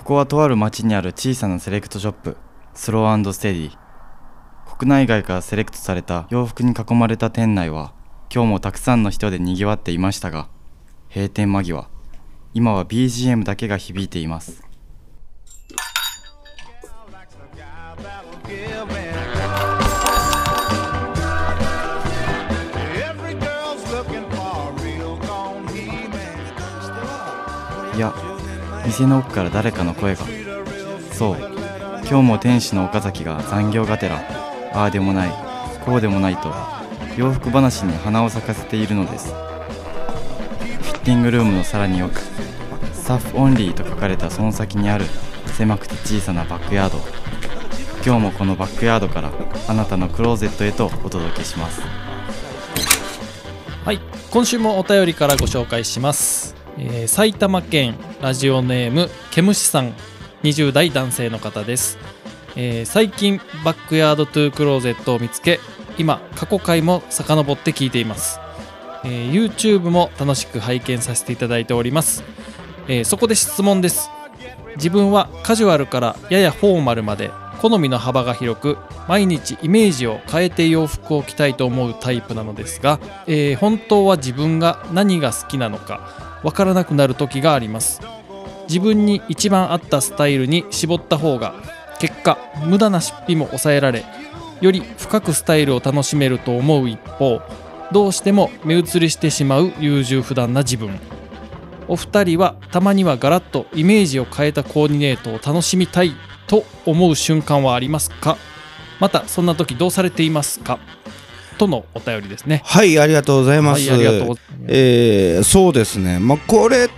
こはとある町にある小さなセレクトショップ、スロー&ステディ。国内外からセレクトされた洋服に囲まれた店内は今日もたくさんの人でにぎわっていましたが、閉店間際、今は BGM だけが響いています。いや、店の奥から誰かの声が。そう、今日も店主の岡崎が残業がてら、ああでもないこうでもないと洋服話に花を咲かせているのです。フィッティングルームのさらに奥、スタッフオンリーと書かれたその先にある狭くて小さなバックヤード。今日もこのバックヤードからあなたのクローゼットへとお届けします。 はい、今週もお便りからご紹介します。埼玉県ラジオネームケムシさん、20代男性の方です。最近バックヤードトゥークローゼットを見つけ、今過去回も遡って聞いています。YouTube も楽しく拝見させていただいております。そこで質問です。自分はカジュアルからややフォーマルまで好みの幅が広く、毎日イメージを変えて洋服を着たいと思うタイプなのですが、本当は自分が何が好きなのかわからなくなる時があります。自分に一番合ったスタイルに絞った方が、結果無駄な出費も抑えられ、より深くスタイルを楽しめると思う一方、どうしても目移りしてしまう優柔不断な自分。お二人はたまにはガラッとイメージを変えたコーディネートを楽しみたいと思う瞬間はありますか？またそんな時どうされていますか？とのお便りですね。 はい、ありがとうございます。 はい、ありがとうございます。 そうですね、これって、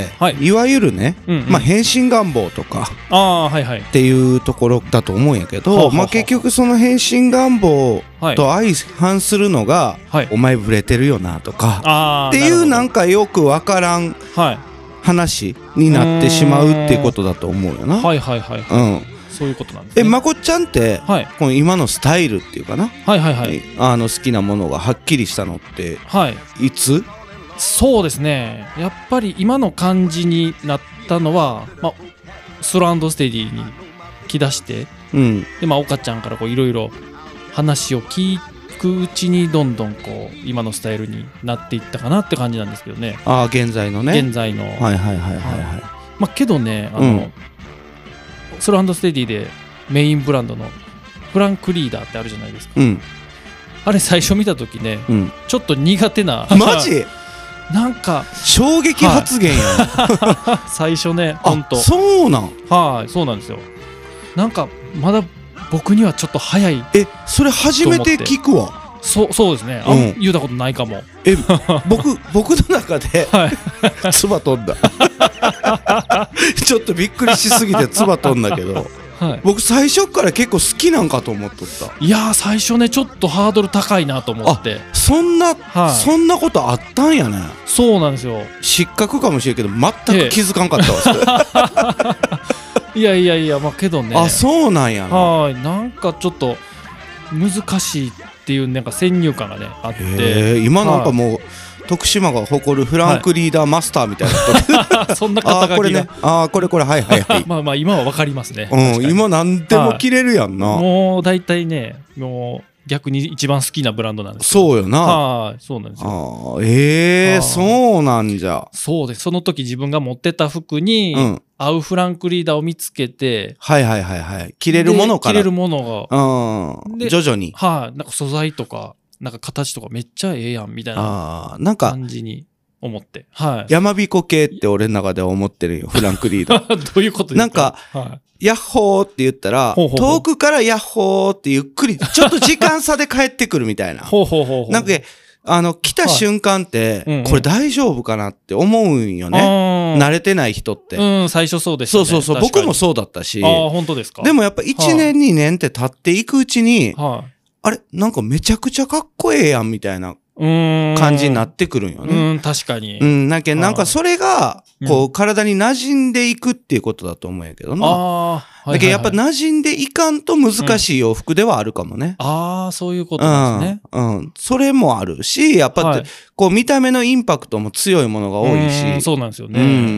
いわゆるね、変身願望とかっていうところだと思うんやけど、結局その変身願望と相反するのが、お前ブレてるよなとかっていう、なんかよくわからん話になってしまうっていうことだと思うよな。そういうことなんですね。まこっちゃんって、この今のスタイルっていうかな、好きなものがはっきりしたのって、いつ？ そうですね、やっぱり今の感じになったのは、スロー&ステディに来だして、で岡ちゃんからいろいろ話を聞くうちにどんどん今のスタイルになっていったかなって感じなんですけどね。 現在のね。 現在の。けどね、スロー&ステディでメインブランドのフランクリーダーってあるじゃないですか。あれ最初見た時ね、ちょっと苦手な。 マジ？ なんか衝撃発言やな。 最初ね、本当。 そうなん。 そうなんですよ。なんかまだ僕にはちょっと早い。 それ初めて聞くわ。 そうですね。言うたことないかも。 僕の中で唾飛んだ。ちょっとびっくりしすぎて唾飛んだけど、僕最初から結構好きなんかと思っとった。 いやー、最初ねちょっとハードル高いなと思って。 そんなことあったんやね。 そうなんですよ。 失格かもしれんけど全く気づかんかったわ。 いやけどね。 そうなんやな。 なんかちょっと難しいっていうなんか先入観がねあって、 今なんかもう徳島が誇るフランクリーダーマスターみたいなそんな肩書きが。 これ今は分かりますね。 今何でも着れるやんな。 もう大体ね、もう逆に一番好きなブランドなんです。 そうよな。 そうなんですよ。 そうなんじゃ。 そうです。その時自分が持ってた服に合うフランクリーダーを見つけて、 着れるものから、 着れるものが徐々に、 なんか素材とかなんか形とかめっちゃええやんみたいな感じに思って、 山彦系って俺の中では思ってるよ、フランクリーダー。 どういうことですか？ なんか、ヤッホーって言ったら、遠くからヤッホーってゆっくり、ちょっと時間差で帰ってくるみたいな。なんか、来た瞬間って、これ大丈夫かなって思うんよね。慣れてない人って。 最初そうですよね。 そう、僕もそうだったし。 本当ですか？ でもやっぱ1年2年って経っていくうちに、あれなんかめちゃくちゃかっこええやんみたいな感じになってくるんよね。 確かに。 なんかそれが、体に馴染んでいくっていうことだと思うんやけどな。だけどやっぱ馴染んでいかんと難しい洋服ではあるかもね。 そういうことですね。 それもあるし、やっぱ見た目のインパクトも強いものが多いし。 そうなんですよね。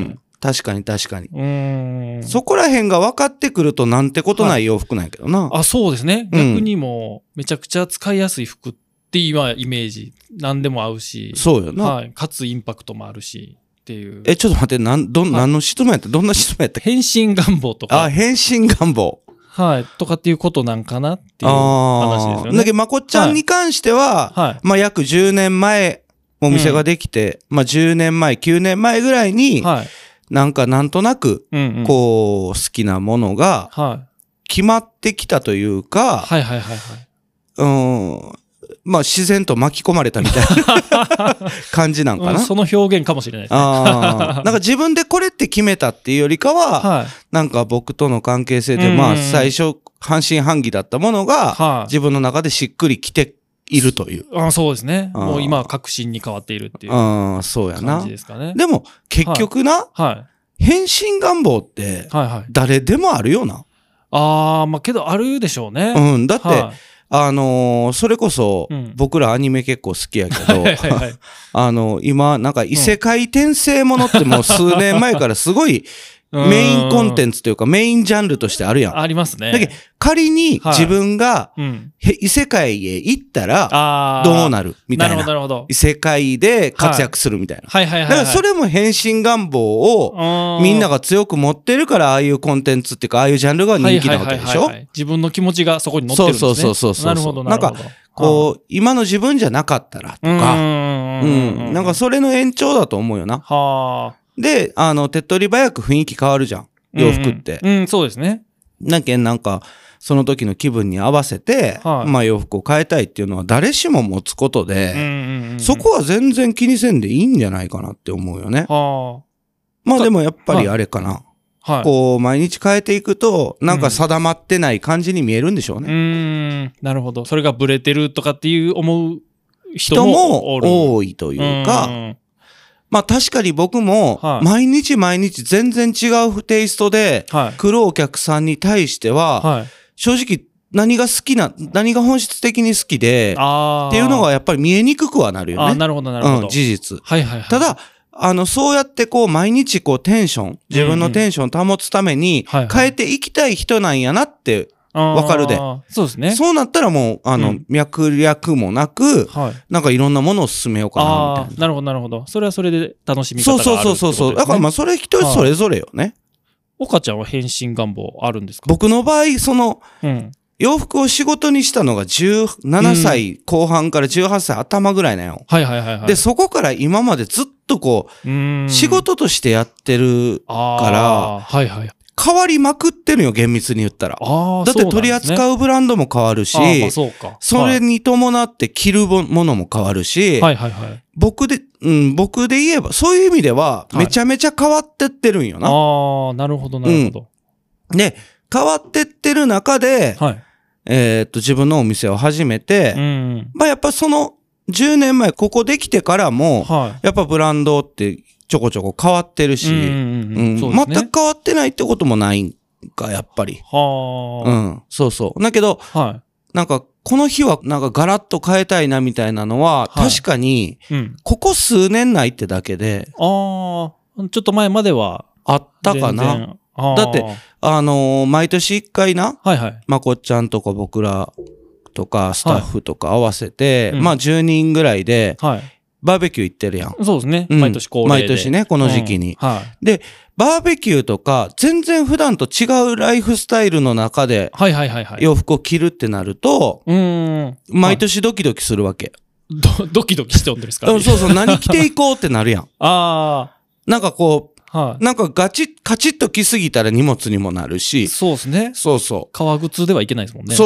確かに確かに。そこら辺が分かってくるとなんてことない洋服なんやけどな。 あ、そうですね。逆にもうめちゃくちゃ使いやすい服って今イメージ。何でも合うし。 そうよな。 はい。かつインパクトもあるしっていう。 ちょっと待って、何の質問やった？どんな質問やった？ 変身願望とか。 あ、変身願望。 はい。とかっていうことなんかなっていう話ですよね。 だけど、まこっちゃんに関しては、はい、まあ約10年前、お店ができて、まあ10年前、9年前ぐらいに、はい、なんとなく、こう、好きなものが、決まってきたというか、 はいはいはいはい。 まあ自然と巻き込まれたみたいな感じなんかな。 その表現かもしれないですね。 なんか自分でこれって決めたっていうよりかは、はい、なんか僕との関係性で、まあ最初半信半疑だったものが、自分の中でしっくりきているという。 そうですね。もう今は確信に変わっているっていう感じですかね。 でも結局な、変身願望って誰でもあるよな。 まあけどあるでしょうね。 だって、それこそ、僕らアニメ結構好きやけど、今、なんか異世界転生ものってもう数年前からすごいメインコンテンツというかメインジャンルとしてあるやん。 ありますね。 だけど仮に自分が異世界へ行ったらどうなるみたいな。 なるほど。 異世界で活躍するみたいな。だからそれも変身願望をみんなが強く持ってるからああいうコンテンツっていうかああいうジャンルが人気なわけでしょ？ 自分の気持ちがそこに乗ってるんですね。 そう。 なるほど。 なんかこう今の自分じゃなかったらとか、なんかそれの延長だと思うよな。で、手っ取り早く雰囲気変わるじゃん。洋服って。 そうですね。 なんか、その時の気分に合わせて、まあ洋服を変えたいっていうのは誰しも持つことで、そこは全然気にせんでいいんじゃないかなって思うよね。まあでもやっぱりあれかな。こう、毎日変えていくと、なんか定まってない感じに見えるんでしょうね。 なるほど。それがブレてるとかっていう思う人も多いというか、まあ確かに僕も、毎日全然違うテイストで来るお客さんに対しては、正直何が本質的に好きで、っていうのがやっぱり見えにくくはなるよね。 なるほど。 事実。ただ、そうやってこう毎日こう自分のテンションを保つために変えていきたい人なんやなってわかるで。 そうですね。 そうなったらもう、脈略もなく、なんかいろんなものを進めようかな、みたいな。 なるほど。それはそれで楽しみ方があるってことですね。 そう。だからまあそれ人それぞれよね。 岡ちゃんは変身願望あるんですか？ 僕の場合、洋服を仕事にしたのが17歳後半から18歳頭ぐらいなよ。で、そこから今までずっとこう、仕事としてやってるから、変わりまくってるよ、厳密に言ったら。だって取り扱うブランドも変わるし、それに伴って着るものも変わるし、僕で言えば、そういう意味では、めちゃめちゃ変わってってるんよな。 なるほど。 で、変わってってる中で、自分のお店を始めて、まあやっぱその10年前ここできてからも、やっぱブランドってちょこちょこ変わってるし、全く変わってないってこともないんか、やっぱり。そう。だけど、なんかこの日はなんかガラッと変えたいなみたいなのは、確かに、ここ数年ないってだけで、 ちょっと前まではあったかな。だって、毎年1回な、まこっちゃんとか僕らとかスタッフとか合わせて、まあ10人ぐらいで、バーベキュー行ってるやん。 そうですね。毎年恒例で。 毎年ね、この時期に。で、バーベキューとか、全然普段と違うライフスタイルの中で、洋服を着るってなると、毎年ドキドキするわけ。 ドキドキしておんですか？ そう、何着ていこうってなるやん。なんかこう、なんかカチッと着すぎたら荷物にもなるし。 そうですね。 そう。 革靴ではいけないですもんね。 そう。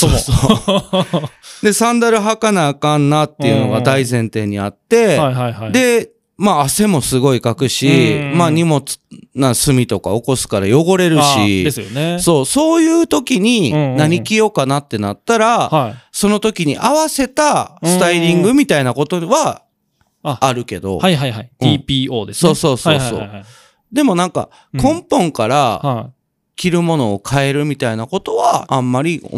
で、サンダル履かなあかんなっていうのが大前提にあって、で、まあ汗もすごいかくし、まあ荷物炭とか起こすから汚れるし。 ですよね。 そういう時に何着ようかなってなったら、その時に合わせたスタイリングみたいなことは、あるけど。 TPO ですね。 そう。でもなんか、根本から着るものを変えるみたいなことはあんまり思っ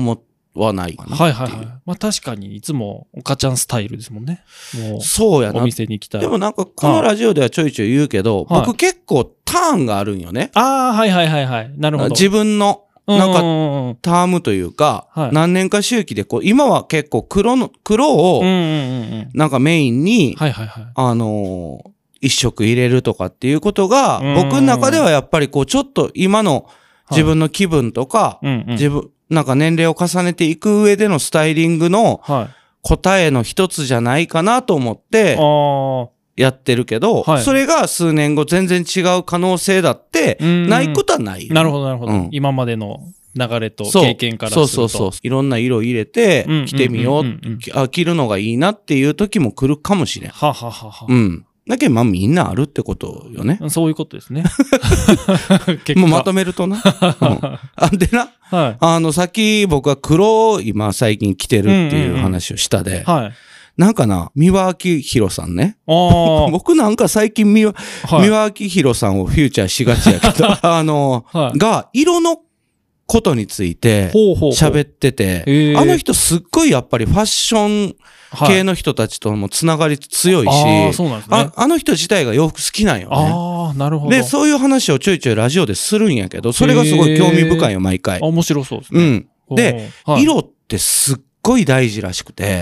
はないかな。 はいはいはい。まあ確かにいつもおかちゃんスタイルですもんね。もうそうやな。 お店に来たら。 でもなんかこのラジオではちょいちょい言うけど、僕結構ターンがあるんよね。 ああ、はいはいはいはい。なるほど。 自分のなんかタームというか、何年か周期でこう、今は結構黒をなんかメインに、一色入れるとかっていうことが、僕の中ではやっぱりこうちょっと今の自分の気分とか、なんか年齢を重ねていく上でのスタイリングの答えの一つじゃないかなと思ってやってるけど、それが数年後全然違う可能性だってないことはない。 なるほどなるほど。今までの流れと経験からすると。 そう。いろんな色入れて着てみよう。着るのがいいなっていう時も来るかもしれん。うん。だけどまあみんなあるってことよね。 そういうことですね。 もうまとめるとな。でな、さっき僕は黒を今最近着てるっていう話をしたで、なんかな、三輪明宏さんね。僕なんか最近三輪明宏さんをフューチャーしがちやけど、が色のことについて喋ってて、あの人すっごいやっぱりファッション系の人たちともつながり強いし、あの人自体が洋服好きなんよね。 なるほど。 で、そういう話をちょいちょいラジオでするんやけど、それがすごい興味深いよ、毎回。 面白そうですね。 で、色ってすっごい大事らしくて、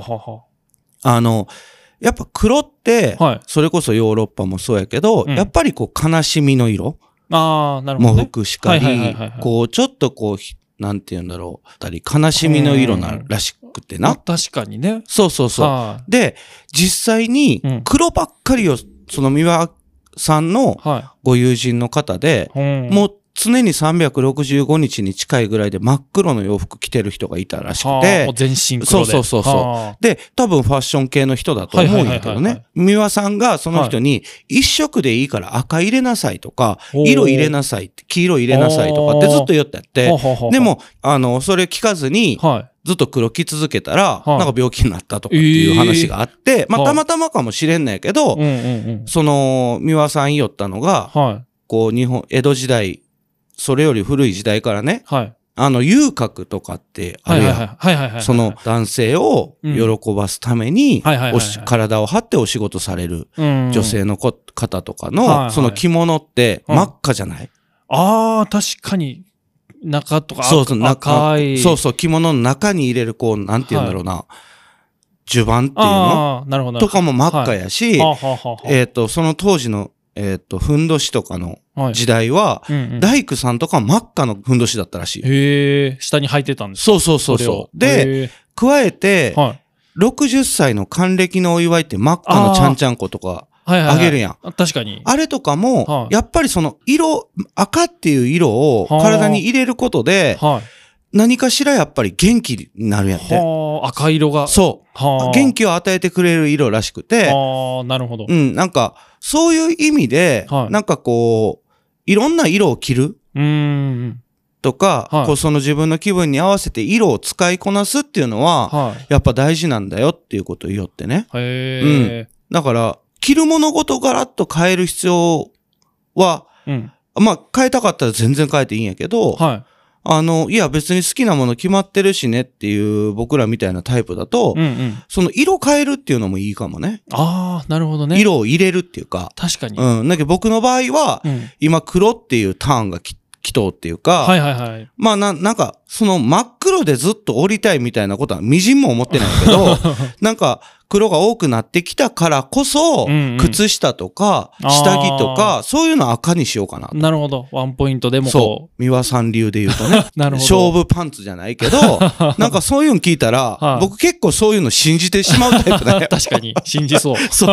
やっぱ黒って、それこそヨーロッパもそうやけど、やっぱりこう悲しみの色。 なるほど。 も服しかり、こうちょっとこう、なんて言うんだろう、悲しみの色ならしくてな。 確かにね。 そう。で、実際に黒ばっかりを、その三輪さんのご友人の方で、もう常に365日に近いぐらいで真っ黒の洋服着てる人がいたらしくて。 全身黒で。 そう。で、多分ファッション系の人だと思うんだけどね。三輪さんがその人に、一色でいいから赤入れなさいとか、色入れなさいって、黄色入れなさいとかってずっと言ってやって、でも、それ聞かずに、ずっと黒着続けたら、なんか病気になったとかっていう話があって、まあたまたまかもしれんないけど、その、三輪さん言いよったのが、こう、江戸時代、それより古い時代からね、遊郭とかってあるやん。その男性を喜ばすために、体を張ってお仕事される女性の方とかの、その着物って真っ赤じゃない？ 確かに、中とか赤い。 そう、着物の中に入れる、こう、なんて言うんだろうな、襦袢っていうのとかも真っ赤やし、その当時の、ふんどしとかの時代は、大工さんとか真っ赤のふんどしだったらしい。 下に履いてたんですか？ そう。で、加えて、60歳の還暦のお祝いって真っ赤のちゃんちゃんことかあげるやん。 確かに。 あれとかも、やっぱりその赤っていう色を体に入れることで、何かしらやっぱり元気になるやって。 赤色が。 そう。元気を与えてくれる色らしくて。 なるほど。 なんか、そういう意味で、なんかこう、いろんな色を着るとか、こうその自分の気分に合わせて色を使いこなすっていうのは、やっぱ大事なんだよっていうことを言おってね。だから、着るものごとガラッと変える必要は、まあ変えたかったら全然変えていいんやけど、いや別に好きなもの決まってるしねっていう僕らみたいなタイプだと、その色変えるっていうのもいいかもね。 なるほどね。 色を入れるっていうか。 確かに。 だけど僕の場合は、今黒っていうターンが来とうっていうか、まあなんか、その真っ黒でずっと降りたいみたいなことはみじんも思ってないけど、なんか黒が多くなってきたからこそ、靴下とか下着とか、そういうの赤にしようかな。 なるほど。ワンポイントでもそう。三輪さん流で言うとね。なるほど。勝負パンツじゃないけど、なんかそういうの聞いたら、僕結構そういうの信じてしまうタイプだね。 確かに。信じそう。 そう。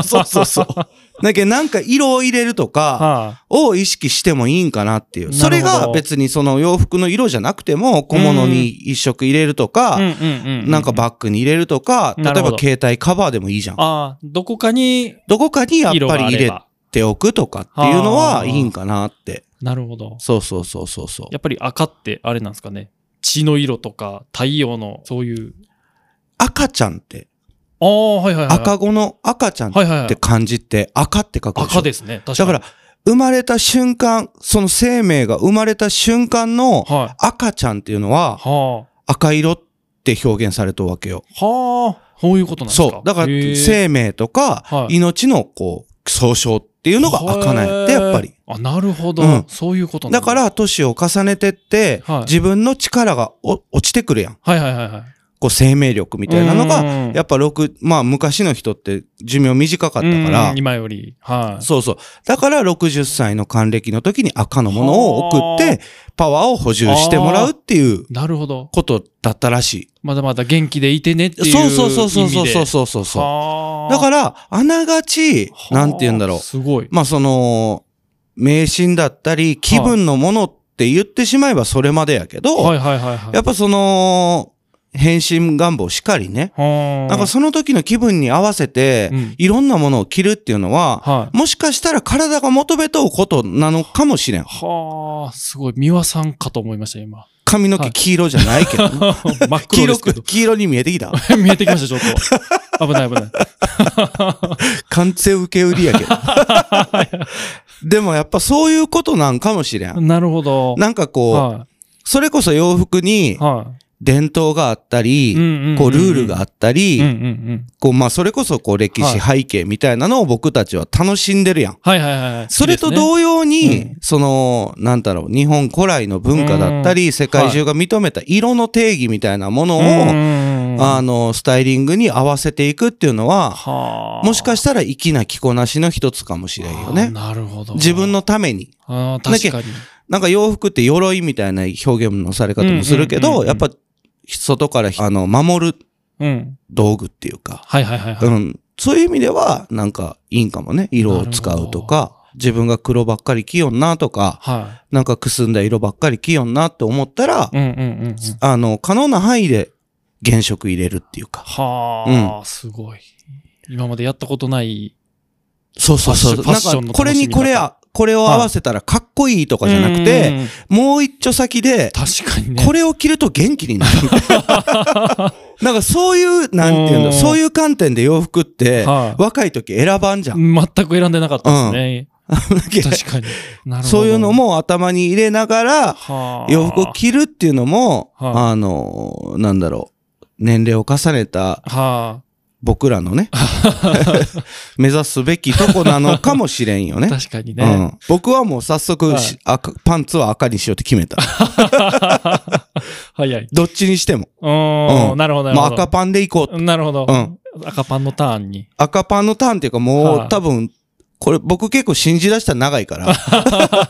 だけどなんか色を入れるとかを意識してもいいんかなっていう。それが別にその洋服の色じゃなくても小物に一色入れるとか、なんかバッグに入れるとか、例えば携帯カバーでもいいじゃん。 どこかにやっぱり入れておくとかっていうのはいいんかなって。 なるほど。 そう。 やっぱり赤ってあれなんですかね。血の色とか太陽のそういう。 赤ちゃんって。赤子の赤ちゃんって漢字って赤って書くでしょ。 赤ですね。確かに。 だから生まれた瞬間、その生命が生まれた瞬間の赤ちゃんっていうのは赤色って表現されたわけよ。 はあ、そういうことなんですか。 そう。だから生命とか命のこう総称っていうのが茜やって、やっぱり。 あ、なるほど。そういうことなんだから、年を重ねてって、自分の力が落ちてくるやん。 はいはいはいはい。 こう生命力みたいなのが、やっぱまあ昔の人って寿命短かったから。 今より。はい。 そうそう。だから60歳の還暦の時に赤のものを送って、パワーを補充してもらうっていう。 なるほど。 ことだったらしい。 まだまだ元気でいてねっていう意味で。 そう。だから、あながち、なんて言うんだろう。 すごい。 まあ迷信だったり、気分のものって言ってしまえばそれまでやけど、やっぱ変身願望しかりね。なんかその時の気分に合わせて、いろんなものを着るっていうのは、もしかしたら体が求めとうことなのかもしれん。 はあ、すごい。美輪さんかと思いました、今。 髪の毛黄色じゃないけど、ね。 真っ黒ですけど。 黄色に見えてきた見えてきました、ちょっと。危ない。 完全受け売りやけど。でもやっぱそういうことなんかもしれん。 なるほど。 なんかこう、それこそ洋服に、伝統があったり、こうルールがあったり、こうまあそれこそこう歴史背景みたいなのを僕たちは楽しんでるやん。それと同様に、なんだろう、日本古来の文化だったり、世界中が認めた色の定義みたいなものを、スタイリングに合わせていくっていうのは、もしかしたら粋な着こなしの一つかもしれんよね。 なるほど。 自分のために。 確かに。 なんか洋服って鎧みたいな表現のされ方もするけど、やっぱ外から守る道具っていうか、そういう意味ではなんかいいんかもね。色を使うとか、自分が黒ばっかり着よんなとか、なんかくすんだ色ばっかり着よんなって思ったら、可能な範囲で原色入れるっていうか。 はあ、すごい。今までやったことない。 そう。なんかこれを合わせたらかっこいいとかじゃなくて、もう一丁先で、 確かにね。 これを着ると元気になるみたいな。なんかそういう、なんていうんだ、そういう観点で洋服って、若い時選ばんじゃん。 全く選んでなかったですね。確かに。なるほど。 そういうのも頭に入れながら、洋服を着るっていうのも、なんだろう、年齢を重ねた、僕らのね、目指すべきとこなのかもしれんよね。 確かにね。 僕はもう早速、パンツは赤にしようって決めた。 早い。 どっちにしても。 なるほど。 まあ赤パンでいこう。 なるほど。赤パンのターンに。 赤パンのターンっていうかもう多分、これ僕結構信じ出したら長いから。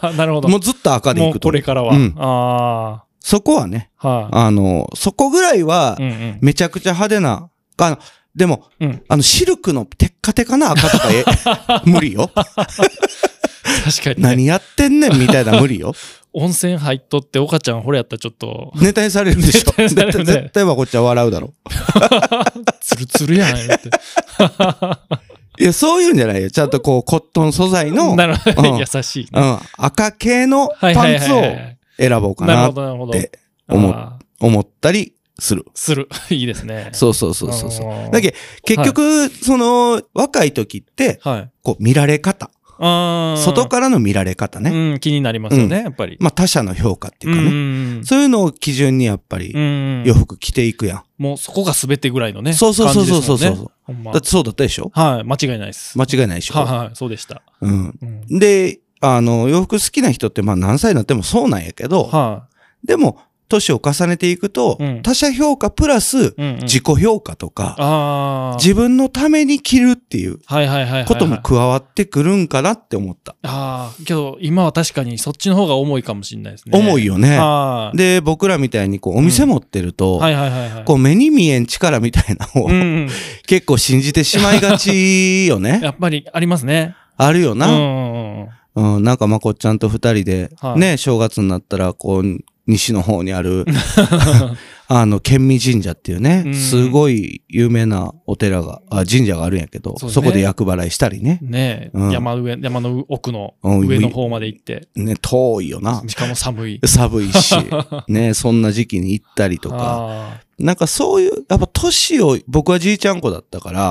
なるほど。 もうずっと赤でいくと。もうこれからは。 そこはね、そこぐらいは、めちゃくちゃ派手な、でも、シルクのテッカテカな赤とか無理よ。確かに、 何やってんねんみたいな無理よ。 温泉入っとって岡ちゃんこれやったらちょっと。 ネタにされるでしょ。絶対はこっちは笑うだろ。 ツルツルやん、って。 いや、そういうんじゃないよ。ちゃんとこう、コットン素材の。 なるほど。優しい。 赤系のパンツを選ぼうかなって思ったり。する。 いいですね。 そう。だけど、結局、若い時って、こう、見られ方。外からの見られ方ね。 気になりますよね、やっぱり。 まあ、他者の評価っていうかね。そういうのを基準にやっぱり、洋服着ていくやん。 もうそこが全てぐらいのね。 そう。だってそうだったでしょ？ はい、間違いないです。 間違いないでしょ？ はい、そうでした。 で、洋服好きな人って、まあ、何歳になってもそうなんやけど、でも、年を重ねていくと、他者評価プラス自己評価とか、自分のために着るっていうことも加わってくるんかなって思った。 けど今は確かにそっちの方が重いかもしれないですね。 重いよね。で、僕らみたいにこうお店持ってると、こう目に見えん力みたいなのを結構信じてしまいがちよね。 やっぱりありますね。 あるよな。なんかまこっちゃんと二人でね、正月になったらこう、西の方にある、県民神社っていうね、すごい有名なお寺神社があるんやけど、そこで厄払いしたりね。 山の奥の上の方まで行って。 ね、遠いよな。 しかも寒いし、ね、そんな時期に行ったりとか。なんかそういう、やっぱ年を、僕はじいちゃん子だったから、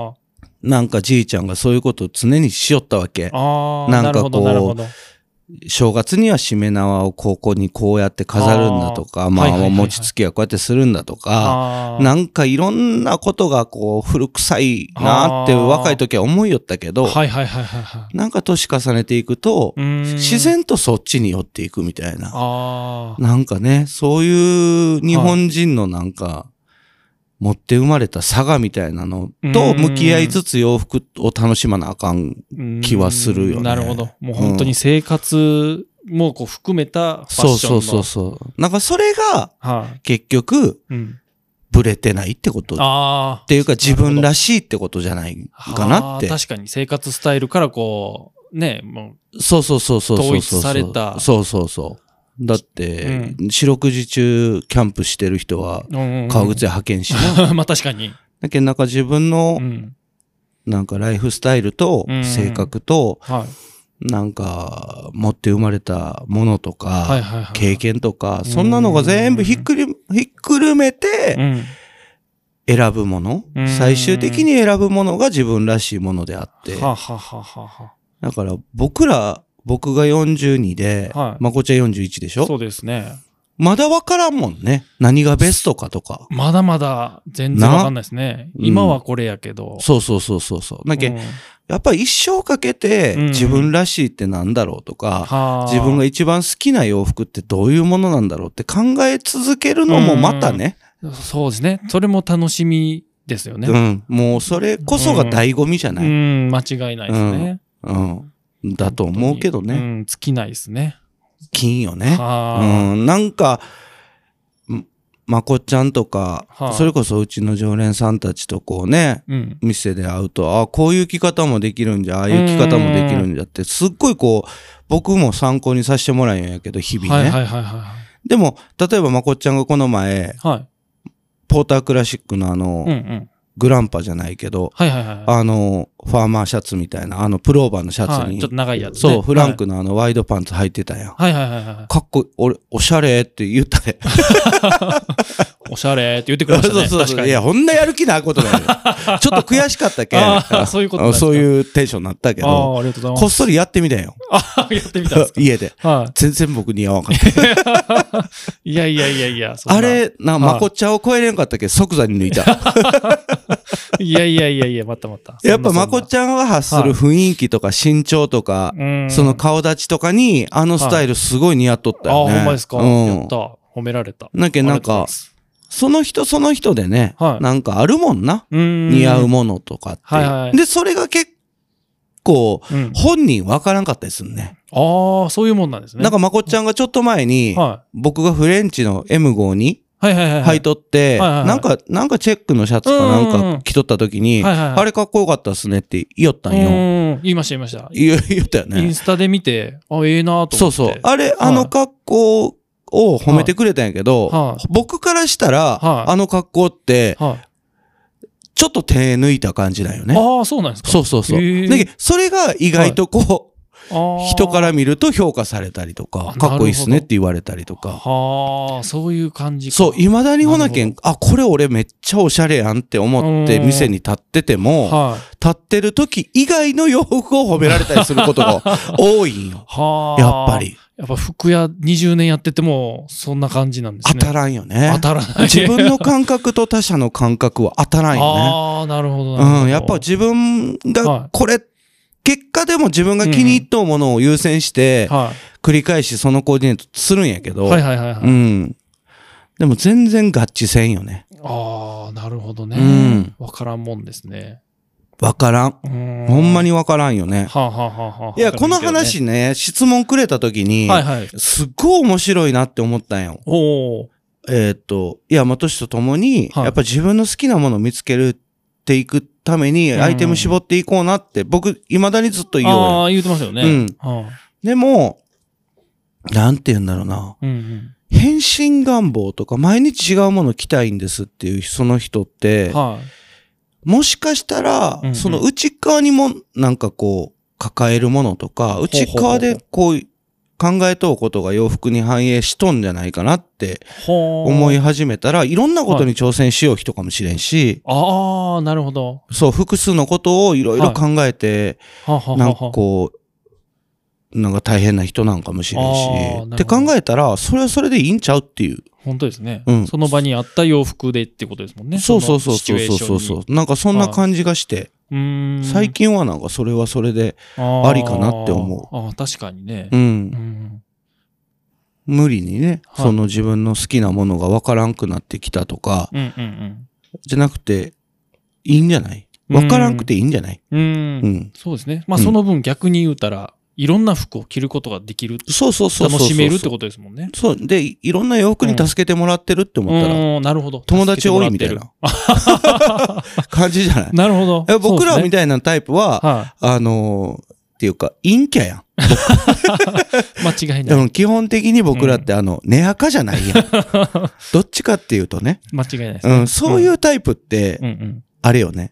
なんかじいちゃんがそういうことを常にしよったわけ。なんかこう、 正月にはしめ縄をここにこうやって飾るんだとか、まあ、餅つきはこうやってするんだとか、なんかいろんなことがこう古臭いなって若い時は思いよったけど、なんか年重ねていくと、自然とそっちに寄っていくみたいな。なんかね、そういう日本人のなんか、持って生まれた差がみたいなのと向き合いつつ洋服を楽しまなあかん気はするよね。 なるほど。もう本当に生活もこう含めたファッションの。 そう。なんかそれが結局、ブレてないってことっていうか自分らしいってことじゃないかなって。 確かに生活スタイルからこう、ね、もう。 そう。 統一された。 そう。だって、四六時中キャンプしてる人は革靴や履けんしな。 まあ確かに。 だけどなんか自分の、なんかライフスタイルと性格と、なんか持って生まれたものとか、経験とか、そんなのが全部ひっくるめて、選ぶもの、最終的に選ぶものが自分らしいものであって。だから僕が42で、まこちゃん41でしょ？ そうですね。 まだわからんもんね。何がベストかとか。 まだまだ全然わかんないですね。今はこれやけど。 そう。だけど、やっぱり一生かけて自分らしいってなんだろうとか、自分が一番好きな洋服ってどういうものなんだろうって考え続けるのもまたね。 そうですね。それも楽しみですよね。 もうそれこそが醍醐味じゃない。 間違いないですね。 だと思うけどね。 尽きないですね。 金よね。なんか、まこちゃんとか、それこそうちの常連さんたちとこうね、店で会うと、こういう着方もできるんじゃ、ああいう着方もできるんじゃって、すっごいこう、僕も参考にさせてもらうんやけど、日々ね。でも、例えばまこちゃんがこの前、ポータークラシックのグランパじゃないけど、ファーマーシャツみたいな、プローバーのシャツに、 ちょっと長いやつ。 そう、フランクのワイドパンツ履いてたやん。かっこいい、俺、おしゃれって言ったね。 おしゃれって言ってくれましたね。 そう。いや、ほんなやる気なことだよ。ちょっと悔しかったけん。そういうことそういうテンションになったけど、こっそりやってみたよ。 やってみたんですか？ 家で。全然僕似合わんかった。 いや。 あれ、まこっちゃんを超えれんかったけど、即座に抜いた。 いや、また。 やっぱまこちゃんが発する雰囲気とか身長とか、その顔立ちとかに、スタイルすごい似合っとったよね。 ほんまですか？やった。褒められた。 なんか、その人でね、なんかあるもんな。似合うものとかって。で、それが結構、本人わからんかったりするね。 そういうもんなんですね。 なんかまこっちゃんがちょっと前に、僕がフレンチの M5 に、履いとって、なんかチェックのシャツかなんか着とった時に、あれかっこよかったっすねって言おったんよ。 言いました。 言ったよね。 インスタで見て、ええなと思って。 そう。あれ、格好を褒めてくれたんやけど、僕からしたら、格好って、ちょっと手抜いた感じだよね。 そうなんですか？ そう。で、それが意外とこう、人から見ると評価されたりとか、かっこいいっすねって言われたりとか。 そういう感じか。 そう、未だにほなけん、これ俺めっちゃおしゃれやんって思って店に立ってても、立ってる時以外の洋服を褒められたりすることが多いんよ。やっぱり。 やっぱ服屋20年やってても、そんな感じなんですね。 当たらんよね。 当たらない。 自分の感覚と他者の感覚は当たらんよね。 なるほど。 やっぱ自分がこれ、結果でも自分が気に入ったものを優先して、繰り返しそのコーディネートするんやけど、でも全然合致せんよね。 なるほどね。わからんもんですね。 わからん。ほんまにわからんよね。いや、この話ね、質問くれた時に、すっごい面白いなって思ったんよ。いや、年とともに、やっぱ自分の好きなものを見つけるっていくために、アイテム絞っていこうなって、僕、未だにずっと言おうよ。 言うてますよね。 でも、なんて言うんだろうな。変身願望とか、毎日違うもの着たいんですっていう、その人って、もしかしたら、その内側にもなんかこう、抱えるものとか、内側でこう、考えとうことが洋服に反映しとんじゃないかなって思い始めたら、いろんなことに挑戦しよう人かもしれんし、 なるほど。 そう、複数のことをいろいろ考えて、なんかこう、 なんか大変な人なんかもしれんしって考えたらそれはそれでいいんちゃうっていう。 本当ですね、その場にあった洋服でってことですもんね。 そうなんかそんな感じがして、最近はなんかそれはそれでありかなって思う。 確かにね、 無理にね、その自分の好きなものが分からんくなってきたとか、じゃなくていいんじゃない？分からんくていいんじゃない？ そうですね。まあその分逆に言うたら、いろんな服を着ることができる。楽しめるってことですもんね。 そう。で、いろんな洋服に助けてもらってるって思ったら、 なるほど。 友達多いみたいな感じじゃない？ なるほど。 僕らみたいなタイプは、っていうか、陰キャやん。 間違いない。 基本的に僕らって根垢じゃないやん。どっちかっていうとね。 間違いないですね。 そういうタイプって、あれよね。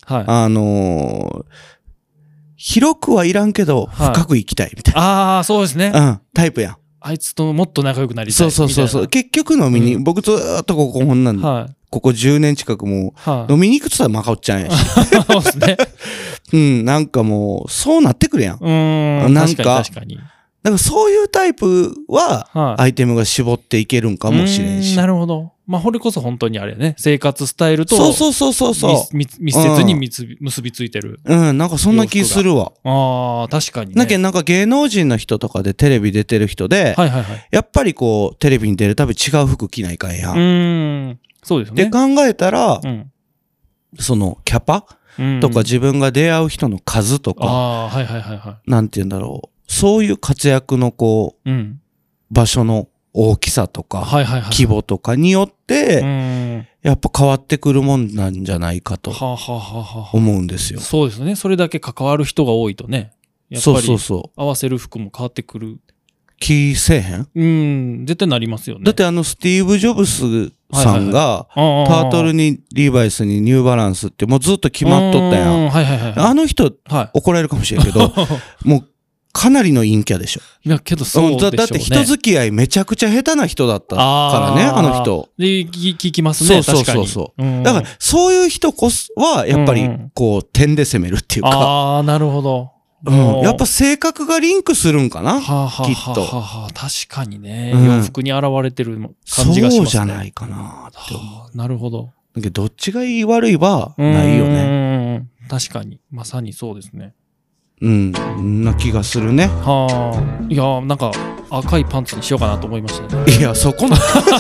広くはいらんけど、深く生きたいみたいな。 そうですね。 タイプやん。 あいつともっと仲良くなりたい。 そう。結局飲みに、僕ずーっとこここ10年近くも飲みに行くとしたらマカオちゃんやし。 そうですね。 なんかもう、そうなってくるやん。 確かに。 だからそういうタイプは、アイテムが絞っていけるんかもしれんし。 なるほど。まあ、これこそ本当にあれね、生活スタイルと、密接に結びついてる。 なんかそんな気するわ。 確かにね。 なんか芸能人の人とかでテレビ出てる人で、やっぱりこう、テレビに出るたび違う服着ないかんやん。 そうですね。 で考えたら、そのキャパとか自分が出会う人の数とか、なんて言うんだろう。そういう活躍のこう、場所の大きさとか、規模とかによって、やっぱ変わってくるもんなんじゃないかと思うんですよ。 そうですね。それだけ関わる人が多いとね。やっぱり合わせる服も変わってくる。 気せえへん？絶対なりますよね。 だってスティーブ・ジョブスさんが、タートルにリーバイスにニューバランスってもうずっと決まっとったやん。あの人、怒られるかもしれんけど、もうかなりの陰キャでしょ。 いや、けどそうでしょうね。 だって人付き合いめちゃくちゃ下手な人だったからね、あの人。 で、聞きますね。 そう。だから、そういう人こそは、やっぱり、こう、点で攻めるっていうか。 なるほど。 やっぱ性格がリンクするんかな、きっと。 確かにね。洋服に現れてる感じがしますね。 そうじゃないかなって思う。なるほど。 だけど、どっちがいい悪いはないよね。 確かに。まさにそうですね。 な気がするね。 いや、なんか赤いパンツにしようかなと思いましたね。 いや、そこ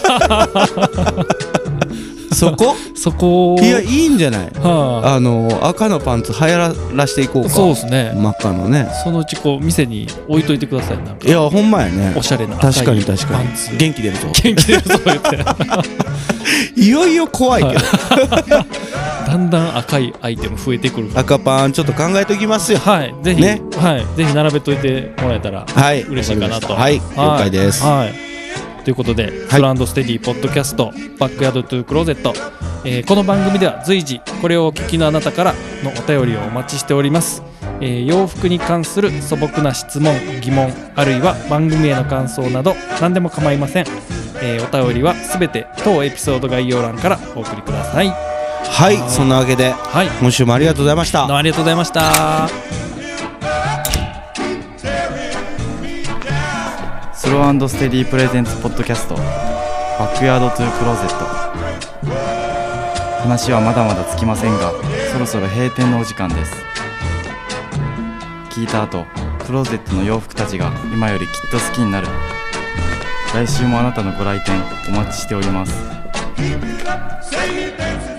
そこいや、いいんじゃない？赤のパンツ流行らしていこうか。 そうですね。 真っ赤のね。 そのうちこう店に置いといてください。なんかいや、ほんまやね。 おしゃれな赤いパンツ。 確かに。元気出るぞ。 元気出るぞ言って。 いよいよ怖いけど。 だんだん赤いアイテム増えてくる。 赤パンちょっと考えときますよ。 はい、ぜひね、ぜひ並べといてもらえたら嬉しいかなと。 はい、了解です。 ということで、スロー&ステディポッドキャストバックヤードトゥークローゼット、この番組では随時これをお聞きのあなたからのお便りをお待ちしております。洋服に関する素朴な質問、疑問、あるいは番組への感想など何でも構いません。お便りはすべて当エピソード概要欄からお送りください。 はい、そんなわけで、今週もありがとうございました。 どうもありがとうございました。 スロー&ステディプレゼンツポッドキャストバックヤードトゥークローゼット。話はまだまだつきませんが、そろそろ閉店のお時間です。聞いた後、クローゼットの洋服たちが今よりきっと好きになる。来週もあなたのご来店お待ちしております。